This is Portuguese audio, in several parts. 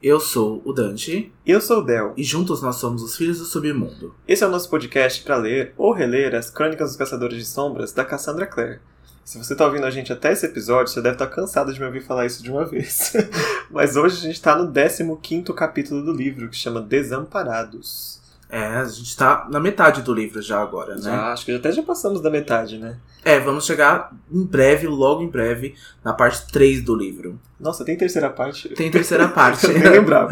Eu sou o Dante. Eu sou o Del. E juntos nós somos os Filhos do Submundo. Esse é o nosso podcast para ler ou reler as Crônicas dos Caçadores de Sombras da Cassandra Clare. Se você tá ouvindo a gente até esse episódio, você deve estar cansado de me ouvir falar isso de uma vez. Mas hoje a gente tá no 15º capítulo do livro, que chama Desamparados. A gente tá na metade do livro já agora, né? Acho que até já passamos da metade, né? Vamos chegar em breve, logo em breve, na parte 3 do livro. Nossa, tem terceira parte? Tem terceira parte. Eu nem lembrava.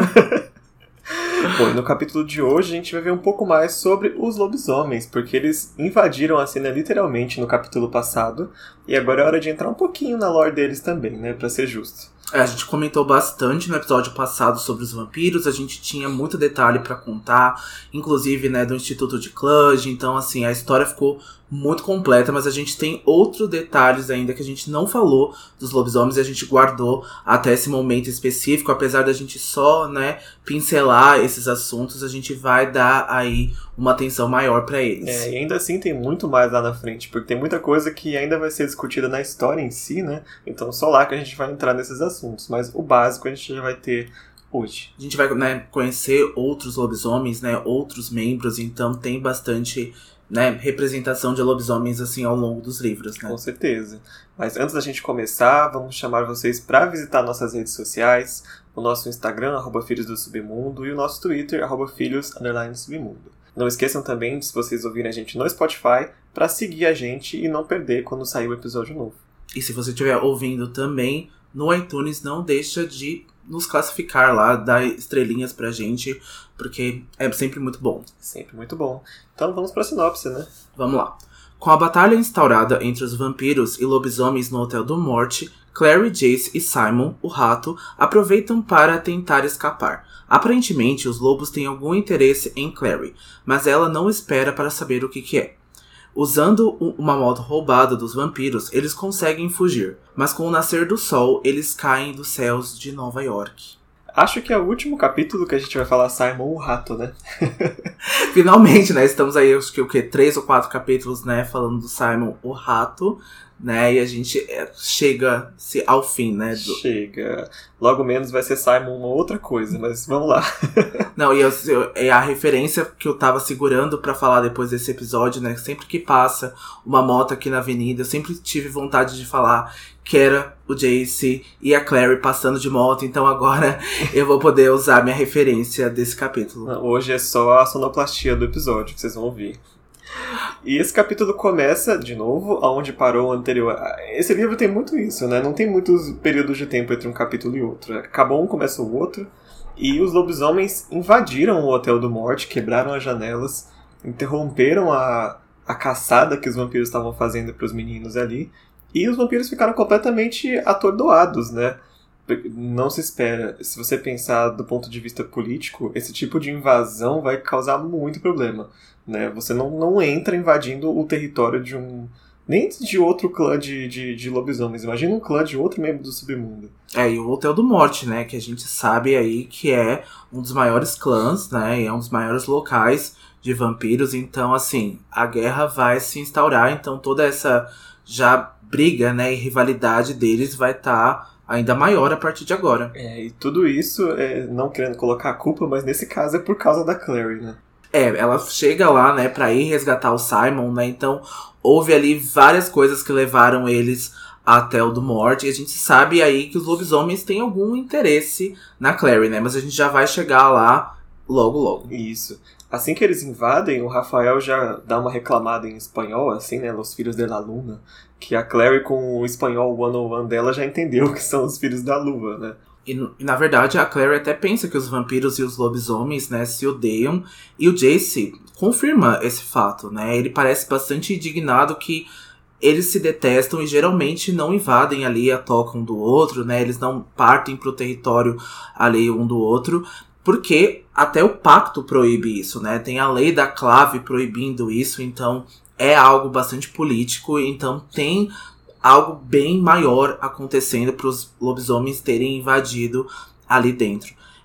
Bom, no capítulo de hoje a gente vai ver um pouco mais sobre os lobisomens, porque eles invadiram a cena literalmente no capítulo passado, e agora é hora de entrar um pouquinho na lore deles também, né, pra ser justo. A gente comentou bastante no episódio passado sobre os vampiros, a gente tinha muito detalhe pra contar, inclusive, né, do Instituto de Cluj, então, assim, a história ficou muito completa, mas a gente tem outros detalhes ainda que a gente não falou dos lobisomens e a gente guardou até esse momento específico, apesar da gente só, né, pincelar esses assuntos, a gente vai dar aí uma atenção maior pra eles. E ainda assim tem muito mais lá na frente, porque tem muita coisa que ainda vai ser discutida na história em si, né, então só lá que a gente vai entrar nesses assuntos, mas o básico a gente já vai ter hoje. A gente vai, né, conhecer outros lobisomens, né, outros membros, então tem bastante, né, representação de lobisomens assim ao longo dos livros, né? Com certeza. Mas antes da gente começar, vamos chamar vocês para visitar nossas redes sociais, o nosso Instagram, @Filhos do Submundo, e o nosso Twitter, @Filhos_Submundo. Não esqueçam também, se vocês ouvirem a gente no Spotify, para seguir a gente e não perder quando sair o episódio novo. E se você estiver ouvindo também no iTunes, não deixa de nos classificar lá, dar estrelinhas pra gente, porque é sempre muito bom. Sempre muito bom. Então vamos pra sinopse, né? Vamos lá. Com a batalha instaurada entre os vampiros e lobisomens no Hotel do Morte, Clary, Jace e Simon, o rato, aproveitam para tentar escapar. Aparentemente, os lobos têm algum interesse em Clary, mas ela não espera para saber o que é. Usando uma moto roubada dos vampiros, eles conseguem fugir, mas com o nascer do sol, eles caem dos céus de Nova York. Acho que é o último capítulo que a gente vai falar Simon o Rato, né? Finalmente, né? Estamos aí, acho que 3 ou 4 capítulos, né? Falando do Simon o Rato, né? E a gente chega-se ao fim, né? Chega. Logo menos vai ser Simon uma outra coisa, mas vamos lá. Não, e é a referência que eu tava segurando pra falar depois desse episódio, né? Sempre que passa uma moto aqui na avenida, eu sempre tive vontade de falar que era o Jace e a Clary passando de moto, então agora eu vou poder usar minha referência desse capítulo. Hoje é só a sonoplastia do episódio que vocês vão ouvir. E esse capítulo começa, de novo, aonde parou o anterior. Esse livro tem muito isso, né? Não tem muitos períodos de tempo entre um capítulo e outro. Acabou um, começa o outro. E os lobisomens invadiram o Hotel do Morte, quebraram as janelas, interromperam a caçada que os vampiros estavam fazendo para os meninos ali. E os vampiros ficaram completamente atordoados, né? Não se espera. Se você pensar do ponto de vista político, esse tipo de invasão vai causar muito problema, né? Você não entra invadindo o território de nem de outro clã de lobisomens. Imagina um clã de outro membro do submundo. E o Hotel do Morte, né? Que a gente sabe aí que é um dos maiores clãs, né? E é um dos maiores locais de vampiros. Então, assim, a guerra vai se instaurar. Então, toda essa já briga, né? E rivalidade deles vai estar ainda maior a partir de agora. E tudo isso, não querendo colocar a culpa, mas nesse caso é por causa da Clary, né? Ela chega lá, né, pra ir resgatar o Simon, né, então houve ali várias coisas que levaram eles até o do Morte, e a gente sabe aí que os lobisomens têm algum interesse na Clary, né, mas a gente já vai chegar lá logo, logo. Isso. Assim que eles invadem, o Rafael já dá uma reclamada em espanhol, assim, né, Los Filhos de la Luna, que a Clary com o espanhol 101 dela já entendeu que são os filhos da lua, né. E na verdade a Clary até pensa que os vampiros e os lobisomens, né, se odeiam. E o Jace confirma esse fato, né? Ele parece bastante indignado que eles se detestam e geralmente não invadem ali a toca um do outro, né? Eles não partem pro território ali um do outro. Porque até o pacto proíbe isso, né? Tem a lei da clave proibindo isso, então é algo bastante político. Então tem algo bem maior acontecendo para os lobisomens terem invadido ali dentro.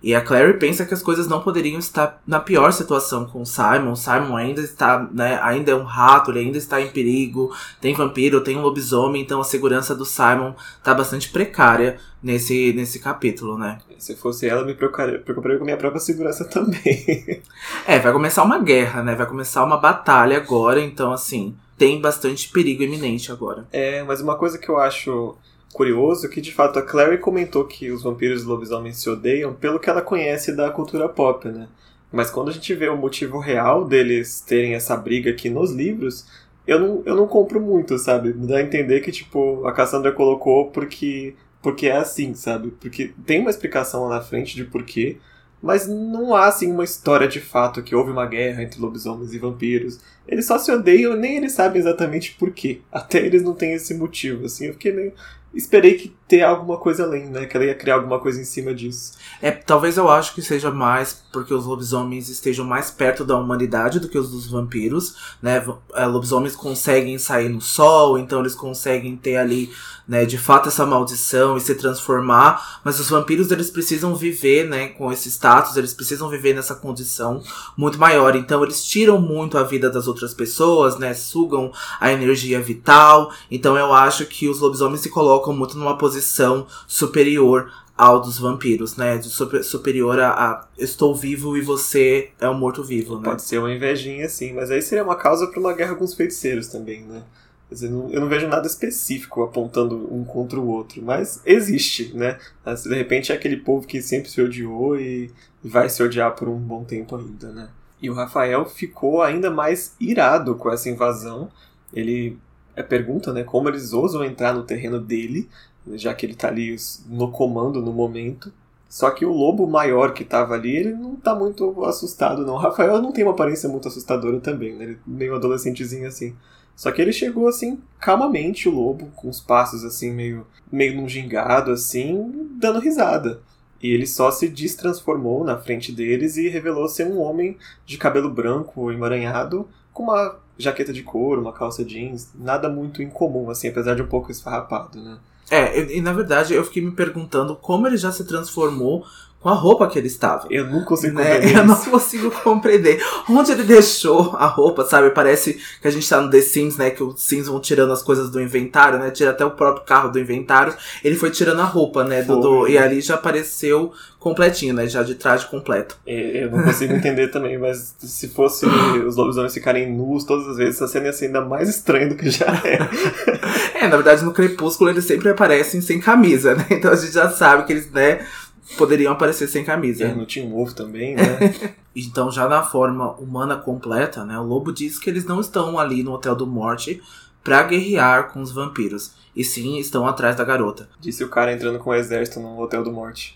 E a Clary pensa que as coisas não poderiam estar na pior situação com o Simon. O Simon ainda está, né, ainda é um rato, ele ainda está em perigo. Tem vampiro, tem um lobisomem, então a segurança do Simon tá bastante precária nesse capítulo, né? Se fosse ela, eu me preocuparia com a minha própria segurança também. Vai começar uma guerra, né? Vai começar uma batalha agora, então assim, tem bastante perigo iminente agora. Mas uma coisa que eu acho curioso é que, de fato, a Clary comentou que os vampiros e os lobisomens se odeiam pelo que ela conhece da cultura pop, né? Mas quando a gente vê o motivo real deles terem essa briga aqui nos livros, eu não compro muito, sabe? Me dá a entender que, tipo, a Cassandra colocou porque é assim, sabe? Porque tem uma explicação lá na frente de porquê, mas não há, assim, uma história de fato que houve uma guerra entre lobisomens e vampiros. Eles só se odeiam, nem eles sabem exatamente porquê. Até eles não têm esse motivo, assim. Eu fiquei meio... Esperei que ter alguma coisa além, né? Que ela ia criar alguma coisa em cima disso. Talvez eu acho que seja mais porque os lobisomens estejam mais perto da humanidade do que os dos vampiros, né? Lobisomens conseguem sair no sol, então eles conseguem ter ali, né, de fato essa maldição e se transformar, mas os vampiros, eles precisam viver, né, com esse status, eles precisam viver nessa condição muito maior, então eles tiram muito a vida das outras pessoas, né, sugam a energia vital, então eu acho que os lobisomens se colocam muito numa posição superior ao dos vampiros, né? Superior a estou vivo e você é um morto-vivo, né? Pode ser uma invejinha, sim, mas aí seria uma causa para uma guerra com os feiticeiros também, né? Quer dizer, eu não vejo nada específico apontando um contra o outro, mas existe, né? De repente é aquele povo que sempre se odiou e vai se odiar por um bom tempo ainda, né? E o Rafael ficou ainda mais irado com essa invasão. Ele pergunta, né, como eles ousam entrar no terreno dele, já que ele tá ali no comando no momento. Só que o lobo maior que tava ali, ele não tá muito assustado, não. O Rafael não tem uma aparência muito assustadora também, né? Ele é meio adolescentezinho assim. Só que ele chegou assim, calmamente, o lobo, com os passos assim, meio num gingado, assim, dando risada. E ele só se destransformou na frente deles e revelou ser um homem de cabelo branco, emaranhado, com uma jaqueta de couro, uma calça jeans, nada muito incomum, assim, apesar de um pouco esfarrapado, né? E na verdade eu fiquei me perguntando como ele já se transformou com a roupa que ele estava. Eu não consigo compreender. Eu não consigo compreender. Onde ele deixou a roupa, sabe? Parece que a gente tá no The Sims, né? Que os Sims vão tirando as coisas do inventário, né? Tira até o próprio carro do inventário. Ele foi tirando a roupa, né? E ali já apareceu completinho, né? Já de traje completo. Eu não consigo entender também, mas se fosse os lobisomens ficarem nus todas as vezes, essa cena ia ser ainda mais estranha do que já é. Na verdade, no Crepúsculo eles sempre aparecem sem camisa, né? Então a gente já sabe que eles, né, poderiam aparecer sem camisa. No Teen Wolf também, né? Então, já na forma humana completa, né, o lobo diz que eles não estão ali no Hotel do Morte pra guerrear com os vampiros, e sim estão atrás da garota. Disse o cara entrando com o exército no Hotel do Morte.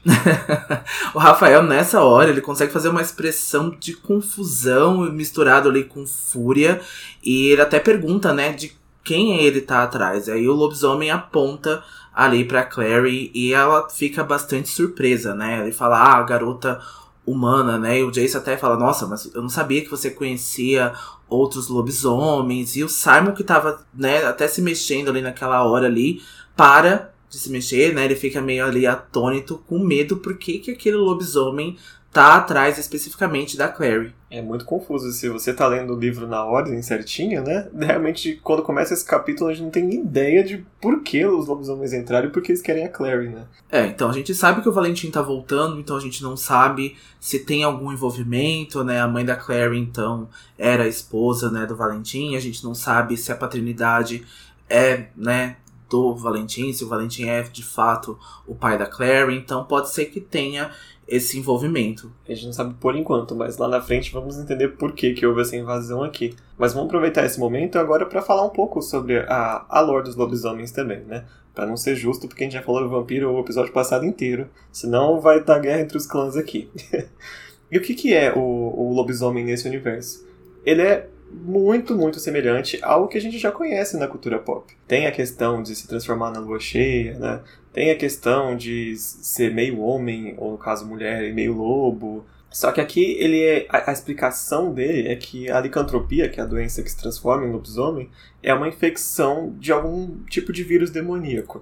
O Rafael, nessa hora, ele consegue fazer uma expressão de confusão misturado ali com fúria, e ele até pergunta, né, de quem ele tá atrás. Aí o lobisomem aponta ali pra Clary e ela fica bastante surpresa, né? Ele fala, a garota humana, né? E o Jace até fala, nossa, mas eu não sabia que você conhecia outros lobisomens. E o Simon, que tava, né, até se mexendo ali naquela hora ali, para de se mexer, né? Ele fica meio ali atônito, com medo, porque que aquele lobisomem tá atrás especificamente da Clary. É muito confuso. Se você tá lendo o livro na ordem certinha, né? Realmente, quando começa esse capítulo, a gente não tem ideia de por que os lobisomens entraram e por que eles querem a Clary, né? Então a gente sabe que o Valentim tá voltando, então a gente não sabe se tem algum envolvimento, né? A mãe da Clary, então, era a esposa, né, do Valentim. A gente não sabe se a paternidade é, né, do Valentim, se o Valentim é, de fato, o pai da Clary. Então pode ser que tenha esse envolvimento. A gente não sabe por enquanto, mas lá na frente vamos entender por que houve essa invasão aqui. Mas vamos aproveitar esse momento agora para falar um pouco sobre a lore dos lobisomens também, né? Pra não ser justo, porque a gente já falou do vampiro o episódio passado inteiro, senão vai dar guerra entre os clãs aqui. E o que é o lobisomem nesse universo? Ele é muito, muito semelhante ao que a gente já conhece na cultura pop. Tem a questão de se transformar na lua cheia, né? Tem a questão de ser meio homem, ou no caso mulher, e meio lobo. Só que aqui a explicação dele é que a licantropia, que é a doença que se transforma em lobisomem, é uma infecção de algum tipo de vírus demoníaco.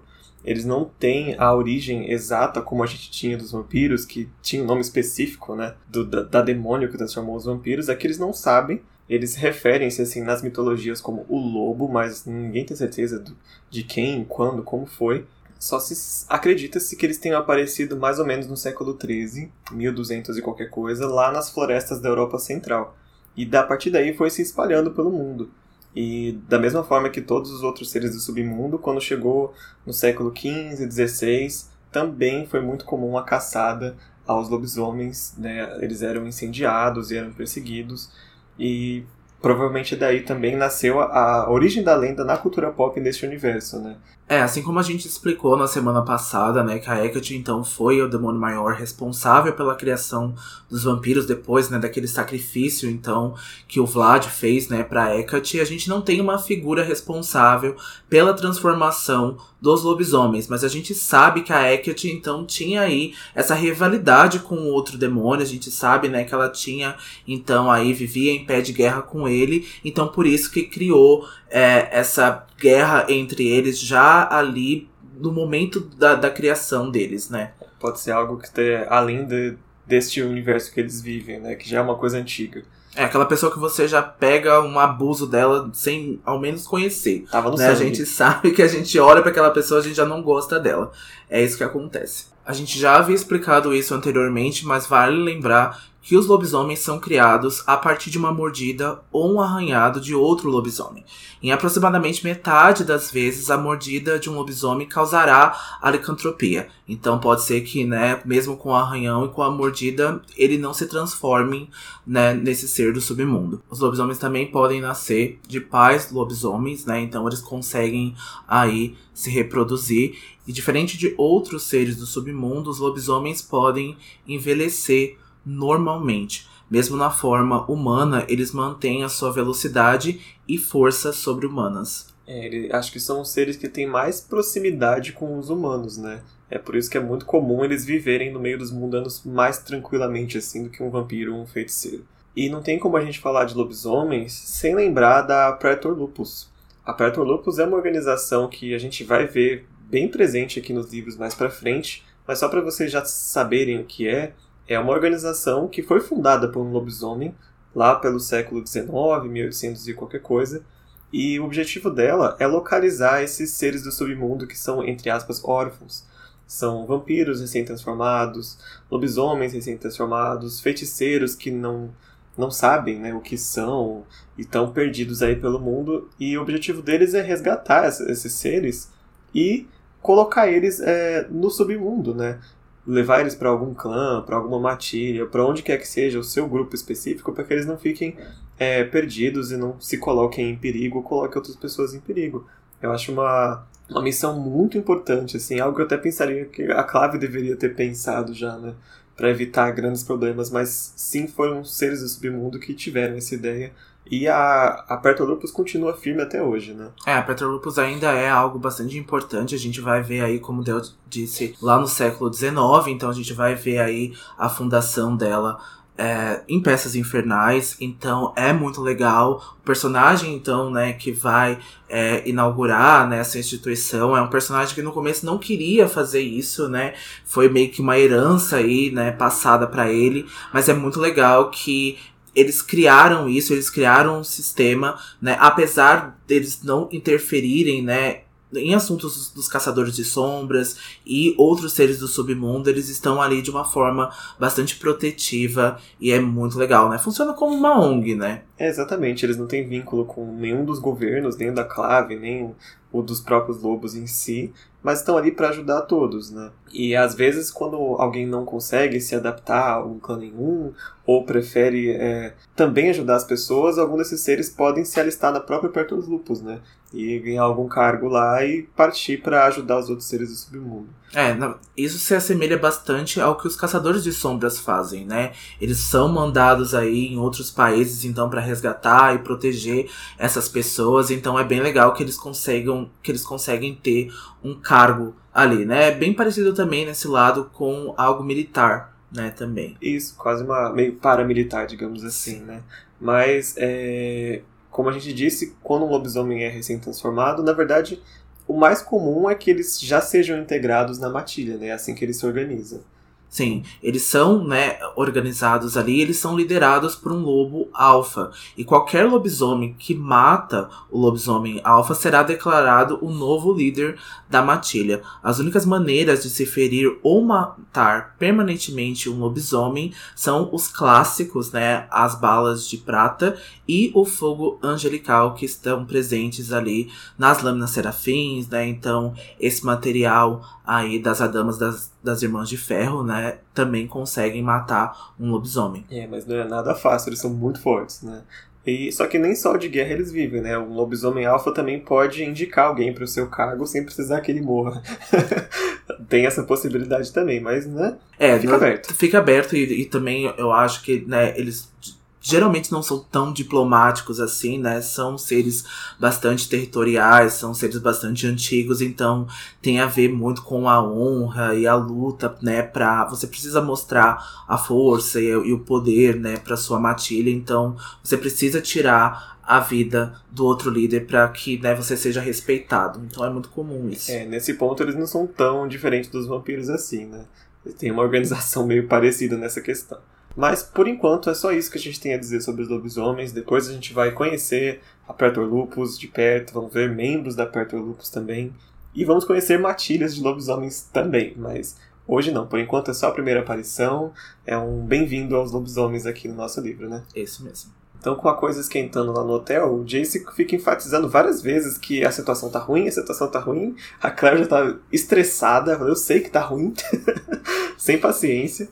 eles não têm a origem exata como a gente tinha dos vampiros, que tinha um nome específico, né, da demônio que transformou os vampiros. Aqui eles não sabem, eles referem-se assim nas mitologias como o lobo, mas ninguém tem certeza de quem, quando, como foi. Só se acredita-se que eles tenham aparecido mais ou menos no século XIII, 1200 e qualquer coisa, lá nas florestas da Europa Central. E a partir daí foi se espalhando pelo mundo. E da mesma forma que todos os outros seres do submundo, quando chegou no século XV, XVI, também foi muito comum a caçada aos lobisomens, né? Eles eram incendiados e eram perseguidos. E provavelmente daí também nasceu a origem da lenda na cultura pop neste universo, né? Assim como a gente explicou na semana passada, né, que a Hecate, então, foi o demônio maior responsável pela criação dos vampiros depois, né, daquele sacrifício, então, que o Vlad fez, né, pra Hecate, a gente não tem uma figura responsável pela transformação dos lobisomens, mas a gente sabe que a Hecate, então, tinha aí essa rivalidade com o outro demônio, a gente sabe, né, que ela tinha, então, aí, vivia em pé de guerra com ele, então, por isso que criou essa guerra entre eles já ali no momento da criação deles, né? Pode ser algo que esteja além deste universo que eles vivem, né? Que já é uma coisa antiga. Aquela pessoa que você já pega um abuso dela sem ao menos conhecer. Tava no né? A sangue. gente sabe que a gente olha pra aquela pessoa, a gente já não gosta dela. É isso que acontece. A gente já havia explicado isso anteriormente, mas vale lembrar que os lobisomens são criados a partir de uma mordida ou um arranhado de outro lobisomem. Em aproximadamente metade das vezes, a mordida de um lobisomem causará a licantropia. Então pode ser que, né, mesmo com o arranhão e com a mordida, ele não se transforme, né, nesse ser do submundo. Os lobisomens também podem nascer de pais lobisomens, né, então eles conseguem aí se reproduzir. E diferente de outros seres do submundo, os lobisomens podem envelhecer normalmente. Mesmo na forma humana, eles mantêm a sua velocidade e força sobre-humanas. Acho que são os seres que têm mais proximidade com os humanos, né? É por isso que é muito comum eles viverem no meio dos mundanos mais tranquilamente assim do que um vampiro ou um feiticeiro. E não tem como a gente falar de lobisomens sem lembrar da Praetor Lupus. A Praetor Lupus é uma organização que a gente vai ver bem presente aqui nos livros mais pra frente, mas só para vocês já saberem o que é uma organização que foi fundada por um lobisomem lá pelo século XIX, 1800 e qualquer coisa, e o objetivo dela é localizar esses seres do submundo que são, entre aspas, órfãos. São vampiros recém-transformados, lobisomens recém-transformados, feiticeiros que não sabem, né, o que são e estão perdidos aí pelo mundo, e o objetivo deles é resgatar esses seres e colocar eles no submundo, né? Levar eles para algum clã, para alguma matilha, para onde quer que seja o seu grupo específico, para que eles não fiquem perdidos e não se coloquem em perigo ou coloquem outras pessoas em perigo. Eu acho uma missão muito importante, assim, algo que eu até pensaria que a Clave deveria ter pensado já, né, para evitar grandes problemas, mas sim foram seres do submundo que tiveram essa ideia. E a Praetor Lupus continua firme até hoje, né? A Praetor Lupus ainda é algo bastante importante. A gente vai ver aí, como Deus disse, lá no século XIX. Então a gente vai ver aí a fundação dela em Peças Infernais. Então é muito legal. O personagem, então, né, que vai inaugurar, né, essa instituição é um personagem que no começo não queria fazer isso, né? Foi meio que uma herança aí, né, passada pra ele. Mas é muito legal que eles criaram isso, eles criaram um sistema, né, apesar deles não interferirem, né, em assuntos dos caçadores de sombras e outros seres do submundo, eles estão ali de uma forma bastante protetiva e é muito legal, né? Funciona como uma ONG, né? Exatamente, eles não têm vínculo com nenhum dos governos, nem da Clave, nem o dos próprios lobos em si, mas estão ali para ajudar todos, né? E às vezes quando alguém não consegue se adaptar a um clã nenhum, ou prefere também ajudar as pessoas, algum desses seres podem se alistar na própria Praetor Lupus, né? E ganhar algum cargo lá e partir para ajudar os outros seres do submundo. Isso se assemelha bastante ao que os caçadores de sombras fazem, né? Eles são mandados aí em outros países, então, para resgatar e proteger essas pessoas. Então é bem legal que eles conseguem ter um cargo ali, né? É bem parecido também nesse lado com algo militar, né? Também. Isso, quase meio paramilitar, digamos assim, né? Mas como a gente disse, quando um lobisomem é recém-transformado, na verdade, o mais comum é que eles já sejam integrados na matilha, né? Assim que eles se organizam. Sim, eles são, né, organizados ali, eles são liderados por um lobo alfa. E qualquer lobisomem que mata o lobisomem alfa será declarado o novo líder da matilha. As únicas maneiras de se ferir ou matar permanentemente um lobisomem são os clássicos, né, as balas de prata e o fogo angelical que estão presentes ali nas lâminas serafins, né? Então, esse material aí das adamas das Irmãs de Ferro, né, também conseguem matar um lobisomem. Mas não é nada fácil, eles são muito fortes, né? Só que nem só de guerra eles vivem, né? Um lobisomem alfa também pode indicar alguém para o seu cargo sem precisar que ele morra. Tem essa possibilidade também, mas, né? Fica aberto. Fica aberto e também eu acho que, né, eles geralmente não são tão diplomáticos assim, né? São seres bastante territoriais, são seres bastante antigos, então tem a ver muito com a honra e a luta, né? Você precisa mostrar a força e o poder, né? Pra sua matilha, então você precisa tirar a vida do outro líder para que, né, você seja respeitado. Então é muito comum isso. Nesse ponto eles não são tão diferentes dos vampiros assim, né? Eles têm uma organização meio parecida nessa questão. Mas, por enquanto, é só isso que a gente tem a dizer sobre os lobisomens. Depois a gente vai conhecer a Praetor Lupus de perto, vamos ver membros da Praetor Lupus também. E vamos conhecer matilhas de lobisomens também, mas hoje não. Por enquanto é só a primeira aparição. É um bem-vindo aos lobisomens aqui no nosso livro, né? Isso mesmo. Então, com a coisa esquentando lá no hotel, o Jace fica enfatizando várias vezes que a situação tá ruim, A Claire já tá estressada, eu sei que tá ruim, sem paciência.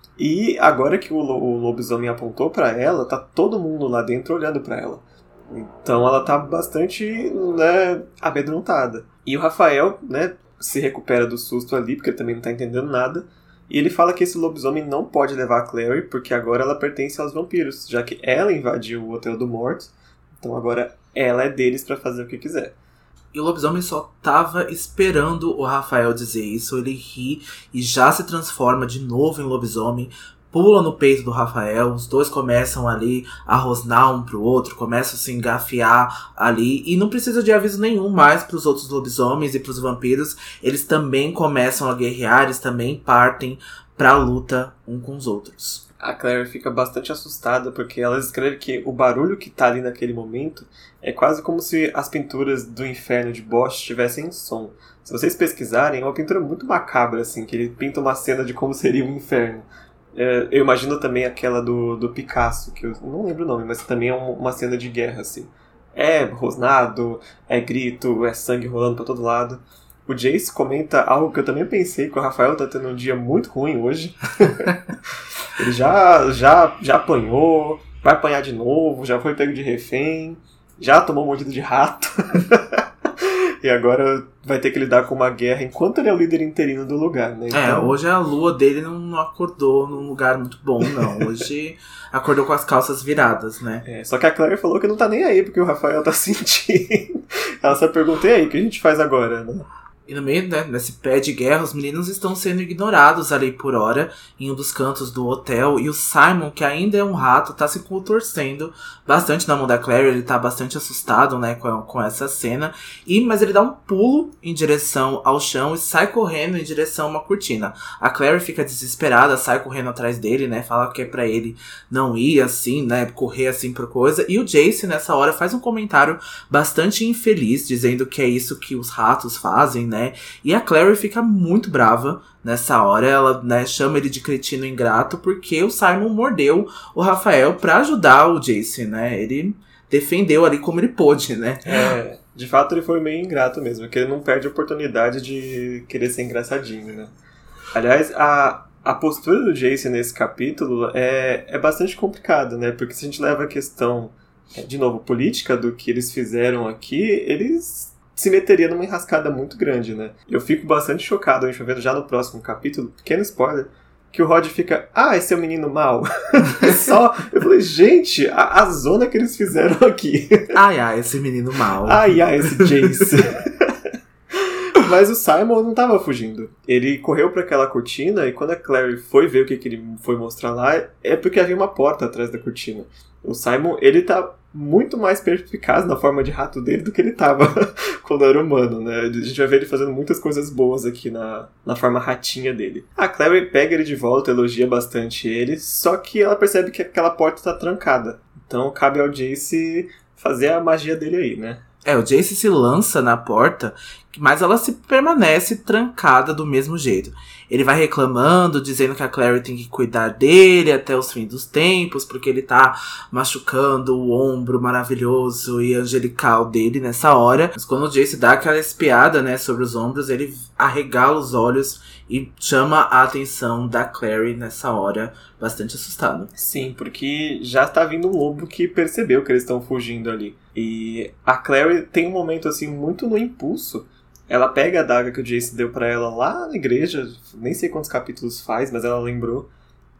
E agora que o lobisomem apontou pra ela, tá todo mundo lá dentro olhando pra ela. Então ela tá bastante, né, amedrontada. E o Rafael, né, se recupera do susto ali, porque ele também não tá entendendo nada. E ele fala que esse lobisomem não pode levar a Clary, porque agora ela pertence aos vampiros, já que ela invadiu o Hotel do Morto. Então agora ela é deles pra fazer o que quiser. E o lobisomem só tava esperando o Rafael dizer isso. Ele ri e já se transforma de novo em lobisomem. Pula no peito do Rafael. Os dois começam ali a rosnar um pro outro. Começam a se engafiar ali. E não precisa de aviso nenhum mais pros outros lobisomens e pros vampiros. Eles também começam a guerrear. Eles também partem pra luta um com os outros. A Claire fica bastante assustada porque ela escreve que o barulho que tá ali naquele momento é quase como se as pinturas do inferno de Bosch tivessem som. Se vocês pesquisarem, é uma pintura muito macabra, assim, que ele pinta uma cena de como seria o inferno. Eu imagino também aquela do Picasso, que eu não lembro o nome, mas também é uma cena de guerra, assim. É rosnado, é grito, é sangue rolando pra todo lado. O Jace comenta algo que eu também pensei, que o Rafael tá tendo um dia muito ruim hoje. Ele já apanhou, vai apanhar de novo, já foi pego de refém, já tomou mordida de rato. E agora vai ter que lidar com uma guerra enquanto ele é o líder interino do lugar, né? Então... hoje a lua dele não acordou num lugar muito bom, não. Hoje acordou com as calças viradas, né? Só que a Claire falou que não tá nem aí porque o Rafael tá sentindo. Ela só pergunta, e aí, o que a gente faz agora, né? E no meio, né, nesse pé de guerra, os meninos estão sendo ignorados ali por hora em um dos cantos do hotel. E o Simon, que ainda é um rato, tá se contorcendo bastante na mão da Claire. Ele tá bastante assustado, né, com essa cena. Mas ele dá um pulo em direção ao chão e sai correndo em direção a uma cortina. A Claire fica desesperada, sai correndo atrás dele, né, fala que é pra ele não ir assim, né, correr assim por coisa. E o Jace, nessa hora, faz um comentário bastante infeliz, dizendo que é isso que os ratos fazem, né. E a Clary fica muito brava nessa hora. Ela, né, chama ele de cretino ingrato porque o Simon mordeu o Rafael pra ajudar o Jace, né? Ele defendeu ali como ele pôde, né? De fato ele foi meio ingrato mesmo, porque ele não perde a oportunidade de querer ser engraçadinho, né? Aliás, a postura do Jace nesse capítulo é bastante complicada, né? Porque se a gente leva a questão, de novo, política do que eles fizeram aqui, eles se meteria numa enrascada muito grande, né? Eu fico bastante chocado, a gente vai ver já no próximo capítulo, pequeno spoiler, que o Rod fica, esse é o menino mau. Só, eu falei, gente, a zona que eles fizeram aqui. Esse menino mau. Esse Jace. Mas o Simon não tava fugindo. Ele correu pra aquela cortina e quando a Clary foi ver o que ele foi mostrar lá, é porque havia uma porta atrás da cortina. O Simon, ele tá muito mais perspicaz na forma de rato dele do que ele tava quando era humano, né? A gente vai ver ele fazendo muitas coisas boas aqui na forma ratinha dele. A Clary pega ele de volta, elogia bastante ele, só que ela percebe que aquela porta tá trancada. Então cabe ao Jace fazer a magia dele aí, né? O Jace se lança na porta, mas ela se permanece trancada do mesmo jeito. Ele vai reclamando, dizendo que a Clary tem que cuidar dele até os fins dos tempos, porque ele tá machucando o ombro maravilhoso e angelical dele nessa hora. Mas quando o Jace dá aquela espiada, né, sobre os ombros, ele arregala os olhos e chama a atenção da Clary nessa hora, bastante assustado. Sim, porque já tá vindo um lobo que percebeu que eles estão fugindo ali. E a Clary tem um momento assim muito no impulso. Ela pega a adaga que o Jace deu pra ela lá na igreja, nem sei quantos capítulos faz, mas ela lembrou.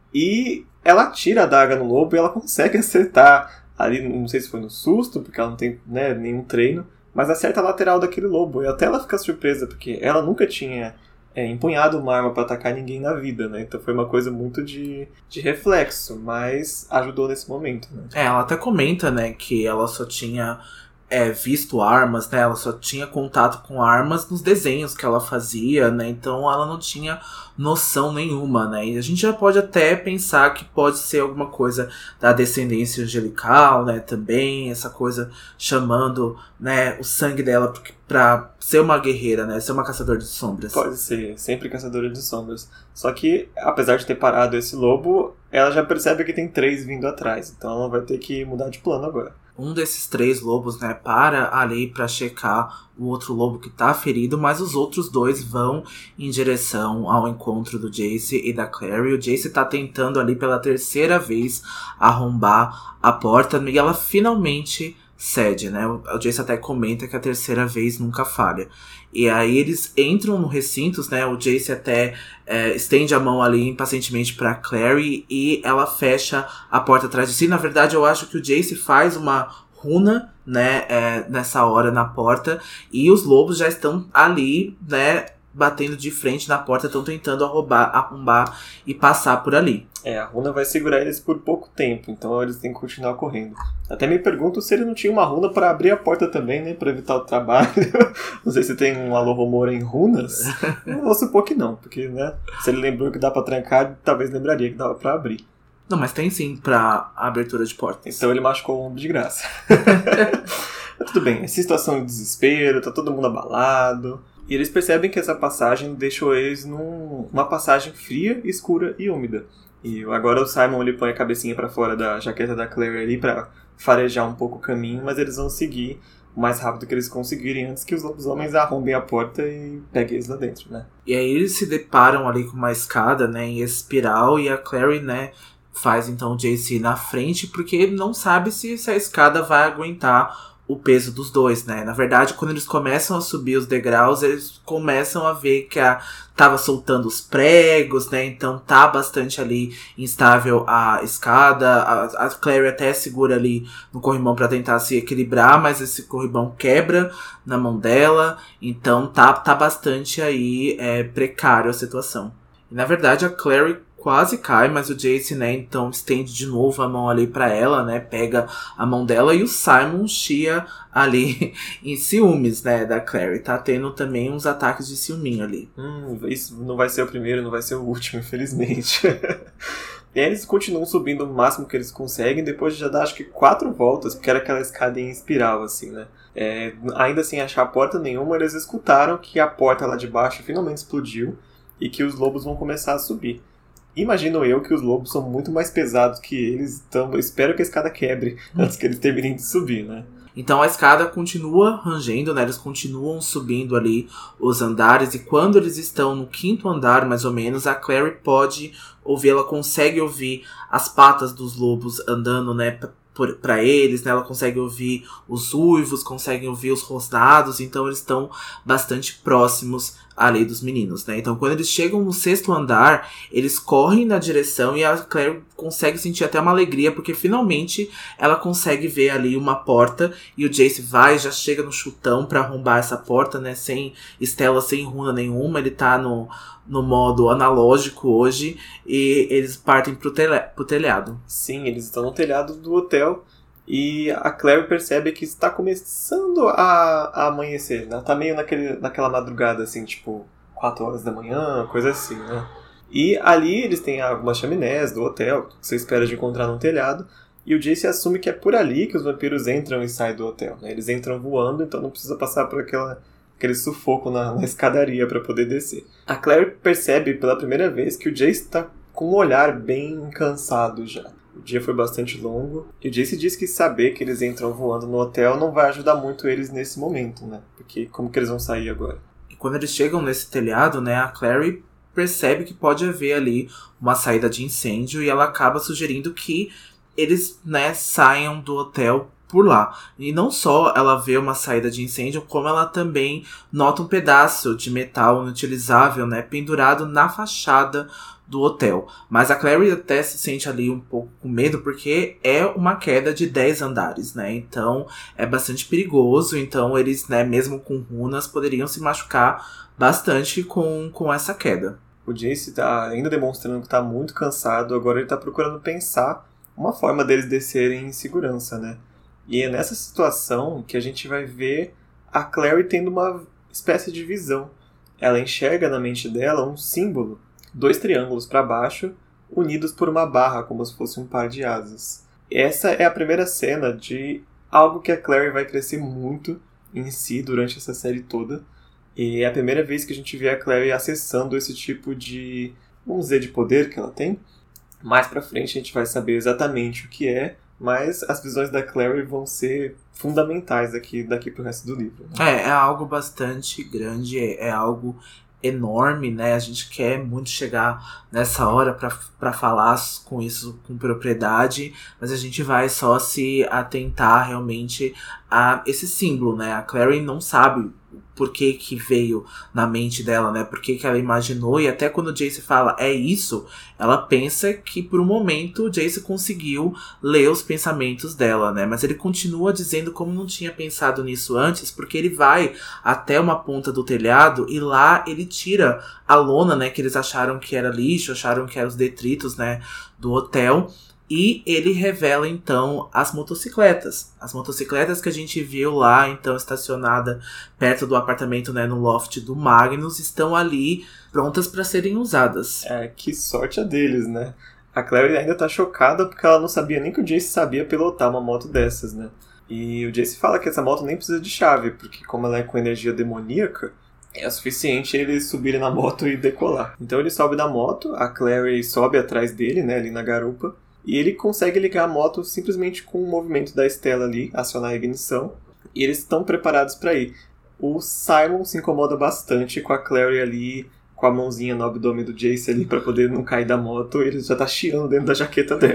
E ela tira a adaga no lobo e ela consegue acertar ali, não sei se foi no susto, porque ela não tem, né, nenhum treino, mas acerta a lateral daquele lobo. E até ela fica surpresa, porque ela nunca tinha empunhado uma arma pra atacar ninguém na vida, né? Então foi uma coisa muito de reflexo, mas ajudou nesse momento, né? Ela até comenta, né, que ela só tinha visto armas, né? Ela só tinha contato com armas nos desenhos que ela fazia, né? Então ela não tinha noção nenhuma, né? E a gente já pode até pensar que pode ser alguma coisa da descendência angelical, né? Também, essa coisa chamando, né, o sangue dela pra ser uma guerreira, né? Ser uma caçadora de sombras. Pode ser, sempre caçadora de sombras. Só que, apesar de ter parado esse lobo, ela já percebe que tem 3 vindo atrás. Então ela vai ter que mudar de plano agora. Um desses 3 lobos, né, para ali pra checar o outro lobo que tá ferido, mas os outros 2 vão em direção ao encontro do Jace e da Clary. O Jace tá tentando ali pela 3ª vez arrombar a porta e ela finalmente cede, né? O Jace até comenta que a 3ª vez nunca falha. E aí eles entram no recinto, né? O Jace até estende a mão ali impacientemente pra Clary e ela fecha a porta atrás de si. Na verdade, eu acho que o Jace faz uma runa, né? Nessa hora na porta. E os lobos já estão ali, né? Batendo de frente na porta, estão tentando arrombar e passar por ali. A runa vai segurar eles por pouco tempo, então eles têm que continuar correndo. Até me pergunto se ele não tinha uma runa para abrir a porta também, né, para evitar o trabalho. Não sei se tem um Alohomora em runas. Eu vou supor que não, porque, né, se ele lembrou que dá para trancar, talvez lembraria que dava para abrir. Não, mas tem sim pra abertura de portas. Então ele machucou o ombro de graça. Mas tudo bem, essa situação de desespero, tá todo mundo abalado. E eles percebem que essa passagem deixou eles numa passagem fria, escura e úmida. E agora o Simon ele põe a cabecinha pra fora da jaqueta da Clary ali pra farejar um pouco o caminho, mas eles vão seguir o mais rápido que eles conseguirem antes que os lobisomens arrombem a porta e peguem eles lá dentro, né? E aí eles se deparam ali com uma escada, né, em espiral, e a Clary, né, faz então o Jace ir na frente, porque ele não sabe se a escada vai aguentar o peso dos 2, né? Na verdade, quando eles começam a subir os degraus, eles começam a ver que tava soltando os pregos, né? Então tá bastante ali instável a escada. A Clary até segura ali no corrimão pra tentar se equilibrar, mas esse corrimão quebra na mão dela. Então tá bastante aí precário a situação. E na verdade a Clary quase cai, mas o Jace, né, então estende de novo a mão ali pra ela, né, pega a mão dela e o Simon chia ali em ciúmes, né, da Clary. Tá tendo também uns ataques de ciúminho ali. Isso não vai ser o primeiro, não vai ser o último, infelizmente. E aí eles continuam subindo o máximo que eles conseguem, depois de já dar acho que 4 voltas, porque era aquela escada em espiral, assim, né. Ainda sem achar porta nenhuma, eles escutaram que a porta lá de baixo finalmente explodiu e que os lobos vão começar a subir. Imagino eu que os lobos são muito mais pesados que eles, então eu espero que a escada quebre antes que eles terminem de subir, né? Então a escada continua rangendo, né? Eles continuam subindo ali os andares, e quando eles estão no 5º andar, mais ou menos, a Clary pode ouvir, ela consegue ouvir as patas dos lobos andando, né, pra eles, né? Ela consegue ouvir os uivos, consegue ouvir os rosnados, então eles estão bastante próximos ali dos meninos, né? Então quando eles chegam no 6º andar, eles correm na direção e a Clary consegue sentir até uma alegria, porque finalmente ela consegue ver ali uma porta, e o Jace já chega no chutão pra arrombar essa porta, né? Sem estela, sem runa nenhuma, ele tá no modo analógico hoje, e eles partem pro telhado. Sim, eles estão no telhado do hotel, E a Clary percebe que está começando a amanhecer, né? Tá meio naquela madrugada, assim, tipo, 4 horas da manhã, coisa assim, né? E ali eles têm algumas chaminés do hotel, que você espera de encontrar no telhado, e o Jace assume que é por ali que os vampiros entram e saem do hotel, né? Eles entram voando, então não precisa passar por aquele sufoco na escadaria para poder descer. A Clary percebe pela primeira vez que o Jace está com um olhar bem cansado já. O dia foi bastante longo, e o Jace diz que saber que eles entram voando no hotel não vai ajudar muito eles nesse momento, né? Porque como que eles vão sair agora? E quando eles chegam nesse telhado, né, a Clary percebe que pode haver ali uma saída de incêndio, e ela acaba sugerindo que eles, né, saiam do hotel por lá. E não só ela vê uma saída de incêndio, como ela também nota um pedaço de metal inutilizável, né, pendurado na fachada do hotel. Mas a Clary até se sente ali um pouco com medo, porque é uma queda de 10 andares, né? Então é bastante perigoso. Então eles, né, mesmo com runas, poderiam se machucar bastante com essa queda. O Jace tá ainda demonstrando que tá muito cansado. Agora ele tá procurando pensar uma forma deles descerem em segurança, né? E é nessa situação que a gente vai ver a Clary tendo uma espécie de visão. Ela enxerga na mente dela um símbolo, 2 triângulos para baixo, unidos por uma barra, como se fosse um par de asas. Essa é a primeira cena de algo que a Clary vai crescer muito em si durante essa série toda. E é a primeira vez que a gente vê a Clary acessando esse tipo de, vamos dizer, de poder que ela tem. Mais pra frente a gente vai saber exatamente o que é, mas as visões da Clary vão ser fundamentais daqui pro resto do livro, né? É algo bastante grande, é algo enorme, né? A gente quer muito chegar nessa hora pra falar com isso com propriedade, mas a gente vai só se atentar realmente a esse símbolo, né? A Clary não sabe por que veio na mente dela, né? Por que ela imaginou, e até quando o Jace fala é isso, ela pensa que por um momento o Jace conseguiu ler os pensamentos dela, né? Mas ele continua dizendo como não tinha pensado nisso antes, porque ele vai até uma ponta do telhado e lá ele tira a lona, né? Que eles acharam que era lixo, acharam que eram os detritos, né? Do hotel. E ele revela, então, as motocicletas. As motocicletas que a gente viu lá, então, estacionada perto do apartamento, né, no loft do Magnus, estão ali prontas para serem usadas. Que sorte a deles, né? A Clary ainda tá chocada porque ela não sabia nem que o Jace sabia pilotar uma moto dessas, né? E o Jace fala que essa moto nem precisa de chave, porque como ela é com energia demoníaca, é suficiente eles subirem na moto e decolar. Então ele sobe na moto, a Clary sobe atrás dele, né, ali na garupa, e ele consegue ligar a moto simplesmente com o movimento da Stella ali, acionar a ignição, e eles estão preparados para ir. O Simon se incomoda bastante com a Clary ali, com a mãozinha no abdômen do Jace ali, pra poder não cair da moto, ele já tá chiando dentro da jaqueta dela.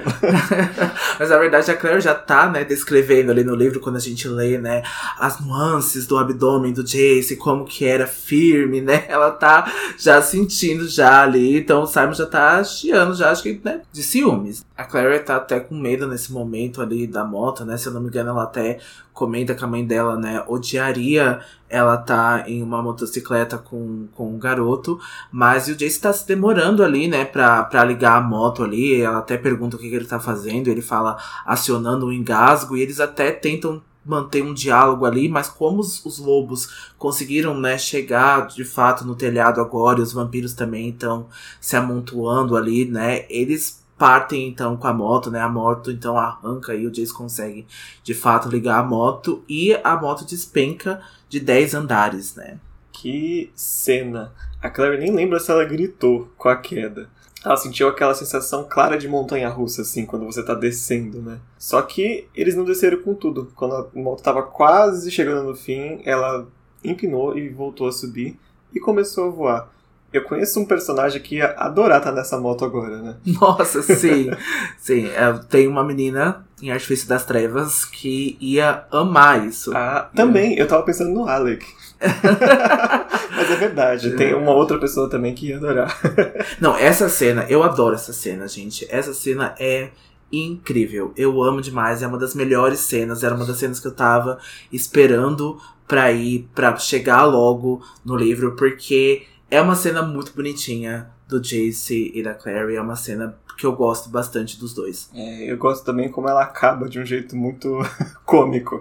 Mas na verdade a Clary já tá, né, descrevendo ali no livro, quando a gente lê, né, as nuances do abdômen do Jace, como que era firme, né, ela tá já sentindo já ali, então o Simon já tá chiando já, acho que, né, de ciúmes. A Clary tá até com medo nesse momento ali da moto, né, se eu não me engano ela até comenta que a mãe dela, né, odiaria ela tá em uma motocicleta com um garoto, mas o Jace tá se demorando ali, né, pra ligar a moto ali, ela até pergunta o que ele tá fazendo, ele fala acionando um engasgo, e eles até tentam manter um diálogo ali, mas como os lobos conseguiram, né, chegar de fato no telhado agora, e os vampiros também estão se amontoando ali, né, eles partem então com a moto, né? A moto então arranca e o Jace consegue de fato ligar a moto e a moto despenca de 10 andares, né? Que cena! A Clary nem lembra se ela gritou com a queda. Ela sentiu aquela sensação clara de montanha-russa, assim, quando você tá descendo, né? Só que eles não desceram com tudo. Quando a moto tava quase chegando no fim, ela empinou e voltou a subir e começou a voar. Eu conheço um personagem que ia adorar estar nessa moto agora, né? Nossa, sim. Sim, tem uma menina em Artifício das Trevas que ia amar isso. Também. Eu tava pensando no Alec. Mas é verdade. Tem uma outra pessoa também que ia adorar. Não, essa cena, eu adoro essa cena, gente. Essa cena é incrível. Eu amo demais. É uma das melhores cenas. Era uma das cenas que eu tava esperando pra chegar logo no livro, porque é uma cena muito bonitinha, do Jace e da Clary é uma cena que eu gosto bastante dos dois. Eu gosto também como ela acaba de um jeito muito cômico.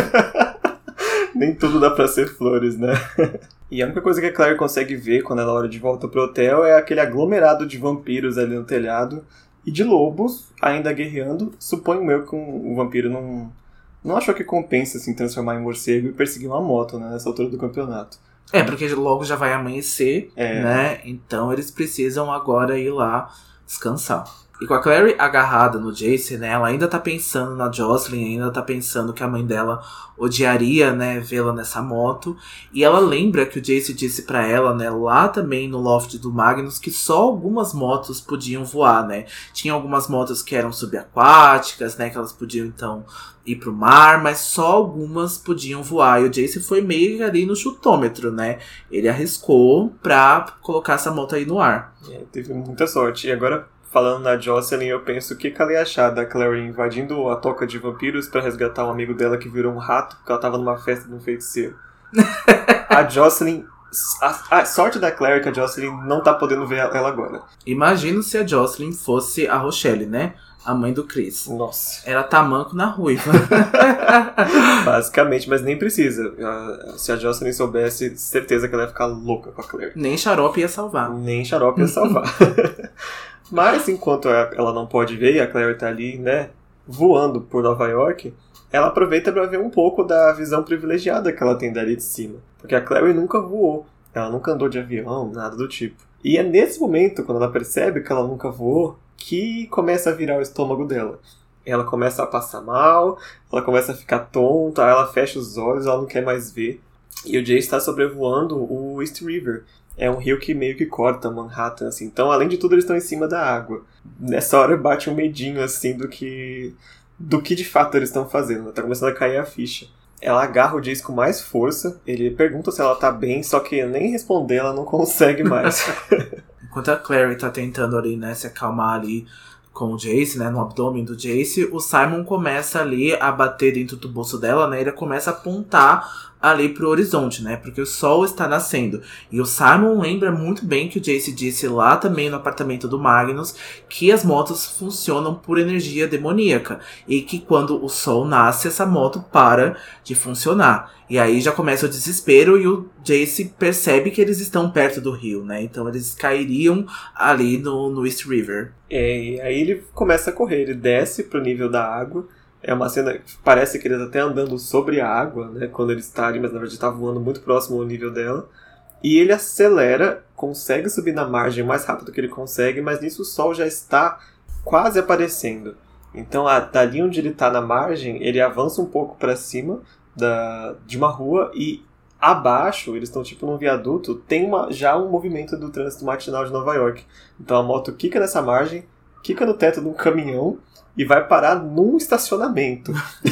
Nem tudo dá pra ser flores, né? E a única coisa que a Clary consegue ver quando ela olha de volta pro hotel é aquele aglomerado de vampiros ali no telhado e de lobos ainda guerreando. Suponho eu que um vampiro não achou que compensa assim, transformar em morcego e perseguir uma moto, né, nessa altura do campeonato. Porque logo já vai amanhecer, né? Então eles precisam agora ir lá descansar. E com a Clary agarrada no Jace, né, ela ainda tá pensando na Jocelyn, ainda tá pensando que a mãe dela odiaria, né, vê-la nessa moto. E ela lembra que o Jace disse pra ela, né, lá também no loft do Magnus, que só algumas motos podiam voar, né. Tinha algumas motos que eram subaquáticas, né, que elas podiam então ir pro mar, mas só algumas podiam voar. E o Jace foi meio ali no chutômetro, né. Ele arriscou pra colocar essa moto aí no ar. Teve muita sorte. E agora, falando na Jocelyn, eu penso o que ela ia achar da Clary invadindo a toca de vampiros pra resgatar um amigo dela que virou um rato, porque ela tava numa festa de um feiticeiro. A Jocelyn... A sorte da Clary é que a Jocelyn não tá podendo ver ela agora. Imagina se a Jocelyn fosse a Rochelle, né? A mãe do Chris. Nossa. Ela tá manco na ruiva. Basicamente, mas nem precisa. Se a Jocelyn soubesse, certeza que ela ia ficar louca com a Clary. Nem xarope ia salvar. Nem xarope ia salvar. Mas enquanto ela não pode ver e a Clary tá ali, né, voando por Nova York, ela aproveita pra ver um pouco da visão privilegiada que ela tem dali de cima. Porque a Clary nunca voou. Ela nunca andou de avião, nada do tipo. E é nesse momento, quando ela percebe que ela nunca voou, que começa a virar o estômago dela. Ela começa a passar mal, ela começa a ficar tonta, ela fecha os olhos, ela não quer mais ver. E o Jace está sobrevoando o East River. É um rio que meio que corta Manhattan, assim. Então, além de tudo, eles estão em cima da água. Nessa hora bate um medinho, assim, do que de fato eles estão fazendo. Tá começando a cair a ficha. Ela agarra o Jace com mais força. Ele pergunta se ela tá bem, só que nem responder ela não consegue mais. Enquanto a Clary tá tentando ali, né, se acalmar ali com o Jace, né, no abdômen do Jace, o Simon começa ali a bater dentro do bolso dela, né, ele começa a apontar ali pro horizonte, né, porque o sol está nascendo. E o Simon lembra muito bem que o Jace disse lá também no apartamento do Magnus que as motos funcionam por energia demoníaca e que quando o sol nasce, essa moto para de funcionar. E aí já começa o desespero e o Jace percebe que eles estão perto do rio, né, então eles cairiam ali no East River. E aí ele começa a correr, ele desce pro nível da água. É uma cena que parece que eles até andando sobre a água, né, quando ele está ali, mas na verdade está voando muito próximo ao nível dela. E ele acelera, consegue subir na margem o mais rápido que ele consegue, mas nisso o sol já está quase aparecendo. Então, dali onde ele está na margem, ele avança um pouco para cima de uma rua e abaixo, eles estão tipo num viaduto, tem já um movimento do trânsito matinal de Nova York. Então a moto quica nessa margem, quica no teto de um caminhão e vai parar num estacionamento.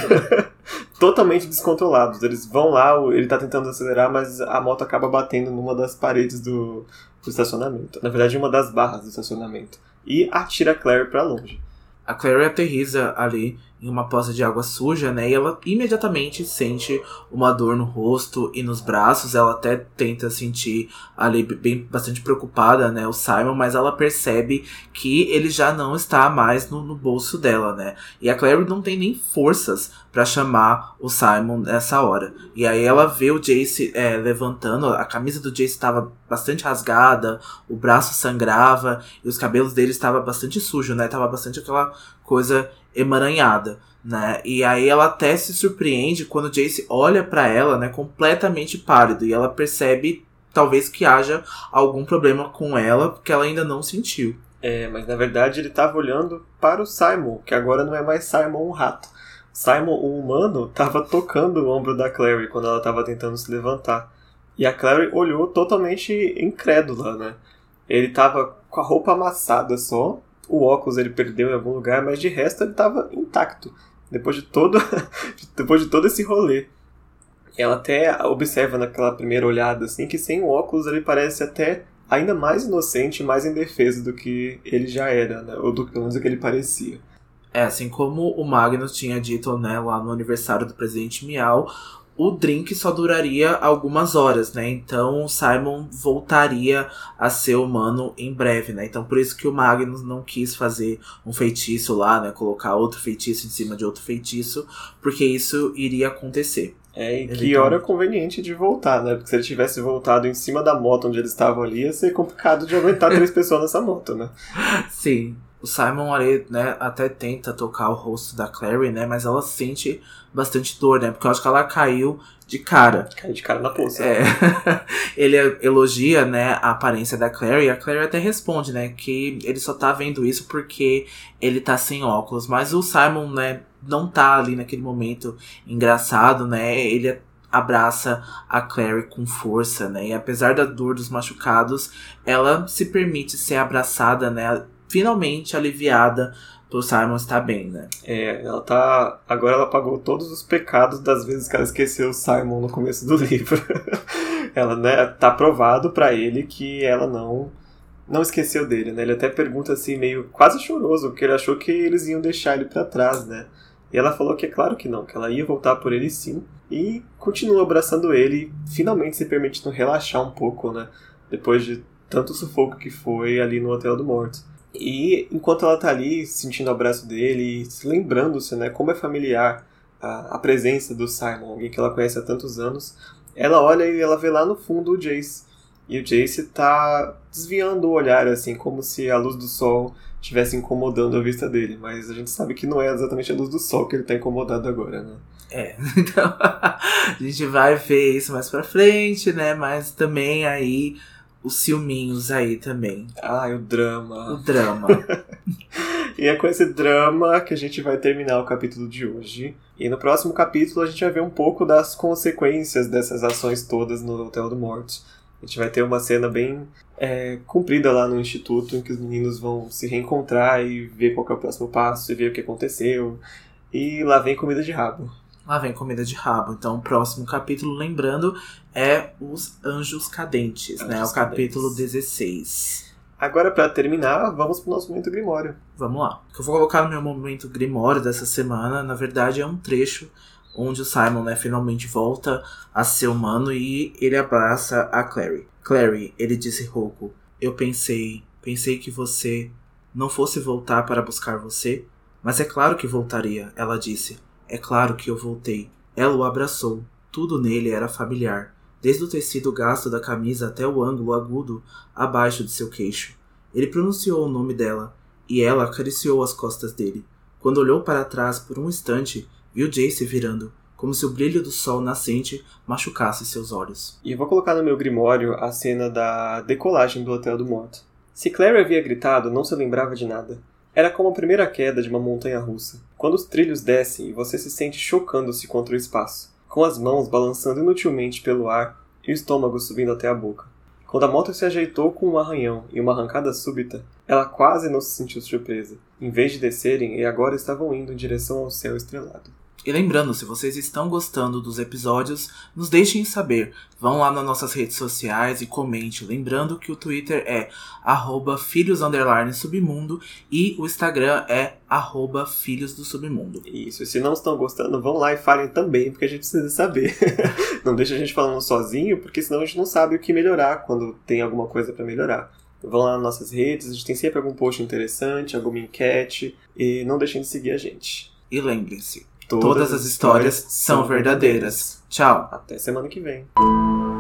Totalmente descontrolados. Eles vão lá, ele tá tentando acelerar, mas a moto acaba batendo numa das paredes do estacionamento. Na verdade, uma das barras do estacionamento. E atira a Clary pra longe. A Clary aterriza ali em uma poça de água suja, né? E ela imediatamente sente uma dor no rosto e nos braços. Ela até tenta sentir ali bastante preocupada, né? O Simon, mas ela percebe que ele já não está mais no bolso dela, né? E a Clary não tem nem forças pra chamar o Simon nessa hora. E aí ela vê o Jace levantando, a camisa do Jace estava bastante rasgada, o braço sangrava e os cabelos dele estavam bastante sujos, né? Tava bastante aquela coisa emaranhada, né? E aí ela até se surpreende quando o Jace olha pra ela, né, completamente pálido, e ela percebe talvez que haja algum problema com ela, porque ela ainda não sentiu. Mas na verdade ele estava olhando para o Simon, que agora não é mais Simon o rato. Simon, o humano, estava tocando o ombro da Clary quando ela estava tentando se levantar. E a Clary olhou totalmente incrédula, né? Ele estava com a roupa amassada só, o óculos ele perdeu em algum lugar, mas de resto ele estava intacto. Depois de todo esse rolê. Ela até observa naquela primeira olhada assim, que sem o óculos ele parece até ainda mais inocente, mais indefeso do que ele já era, né? Ou pelo menos do que ele parecia. Assim como o Magnus tinha dito, né, lá no aniversário do Presidente Miau, o drink só duraria algumas horas, né? Então o Simon voltaria a ser humano em breve, né? Então por isso que o Magnus não quis fazer um feitiço lá, né? Colocar outro feitiço em cima de outro feitiço, porque isso iria acontecer. E que hora conveniente de voltar, né? Porque se ele tivesse voltado em cima da moto onde eles estavam ali, ia ser complicado de aguentar 3 pessoas nessa moto, né? Sim. O Simon ali, né, até tenta tocar o rosto da Clary, né? Mas ela sente bastante dor, né? Porque eu acho que ela caiu de cara. Caiu de cara na poça. Ele elogia, né, a aparência da Clary. E a Clary até responde, né, que ele só tá vendo isso porque ele tá sem óculos. Mas o Simon, né, não tá ali naquele momento engraçado, né? Ele abraça a Clary com força, né? E apesar da dor dos machucados, ela se permite ser abraçada, né? Finalmente aliviada pro Simon estar bem, né? Ela tá... Agora ela pagou todos os pecados das vezes que ela esqueceu o Simon no começo do livro. Ela, né, tá provado pra ele que ela não esqueceu dele, né? Ele até pergunta assim, meio quase choroso, porque ele achou que eles iam deixar ele pra trás, né? E ela falou que é claro que não, que ela ia voltar por ele sim. E continua abraçando ele, finalmente se permitindo relaxar um pouco, né? Depois de tanto sufoco que foi ali no Hotel do Morto. E enquanto ela tá ali, sentindo o abraço dele, lembrando-se, né, como é familiar a presença do Simon, alguém que ela conhece há tantos anos, ela olha e ela vê lá no fundo o Jace. E o Jace tá desviando o olhar, assim, como se a luz do sol estivesse incomodando a vista dele. Mas a gente sabe que não é exatamente a luz do sol que ele tá incomodado agora, né? Então a gente vai ver isso mais pra frente, né, mas também aí... os ciúminhos aí também. O drama. O drama. E é com esse drama que a gente vai terminar o capítulo de hoje. E no próximo capítulo a gente vai ver um pouco das consequências dessas ações todas no Hotel do Morto. A gente vai ter uma cena bem comprida lá no instituto, em que os meninos vão se reencontrar e ver qual que é o próximo passo, e ver o que aconteceu. E lá vem comida de rabo. Lá vem comida de rabo. Então, o próximo capítulo, lembrando, é Os Anjos Cadentes, né? O capítulo 16. Agora, pra terminar, vamos pro nosso momento Grimório. Vamos lá. O que eu vou colocar no meu momento Grimório dessa semana, na verdade, é um trecho onde o Simon, né, finalmente volta a ser humano e ele abraça a Clary. Clary, ele disse rouco, eu pensei que você não fosse voltar para buscar você, mas é claro que voltaria, ela disse. É claro que eu voltei. Ela o abraçou. Tudo nele era familiar, desde o tecido gasto da camisa até o ângulo agudo abaixo de seu queixo. Ele pronunciou o nome dela, e ela acariciou as costas dele. Quando olhou para trás por um instante, viu Jace virando, como se o brilho do sol nascente machucasse seus olhos. E eu vou colocar no meu grimório a cena da decolagem do Hotel do Morto. Se Clary havia gritado, não se lembrava de nada. Era como a primeira queda de uma montanha-russa, quando os trilhos descem e você se sente chocando-se contra o espaço, com as mãos balançando inutilmente pelo ar e o estômago subindo até a boca. Quando a moto se ajeitou com um arranhão e uma arrancada súbita, ela quase não se sentiu surpresa. Em vez de descerem, e agora estavam indo em direção ao céu estrelado. E lembrando, se vocês estão gostando dos episódios, nos deixem saber. Vão lá nas nossas redes sociais e comente. Lembrando que o Twitter é @filhos_submundo e o Instagram é @filhosdosubmundo. Isso, e se não estão gostando, vão lá e falem também, porque a gente precisa saber. Não deixa a gente falando sozinho, porque senão a gente não sabe o que melhorar quando tem alguma coisa pra melhorar. Vão lá nas nossas redes, a gente tem sempre algum post interessante, alguma enquete, e não deixem de seguir a gente. E lembrem-se, todas as histórias são verdadeiras. Tchau. Até semana que vem.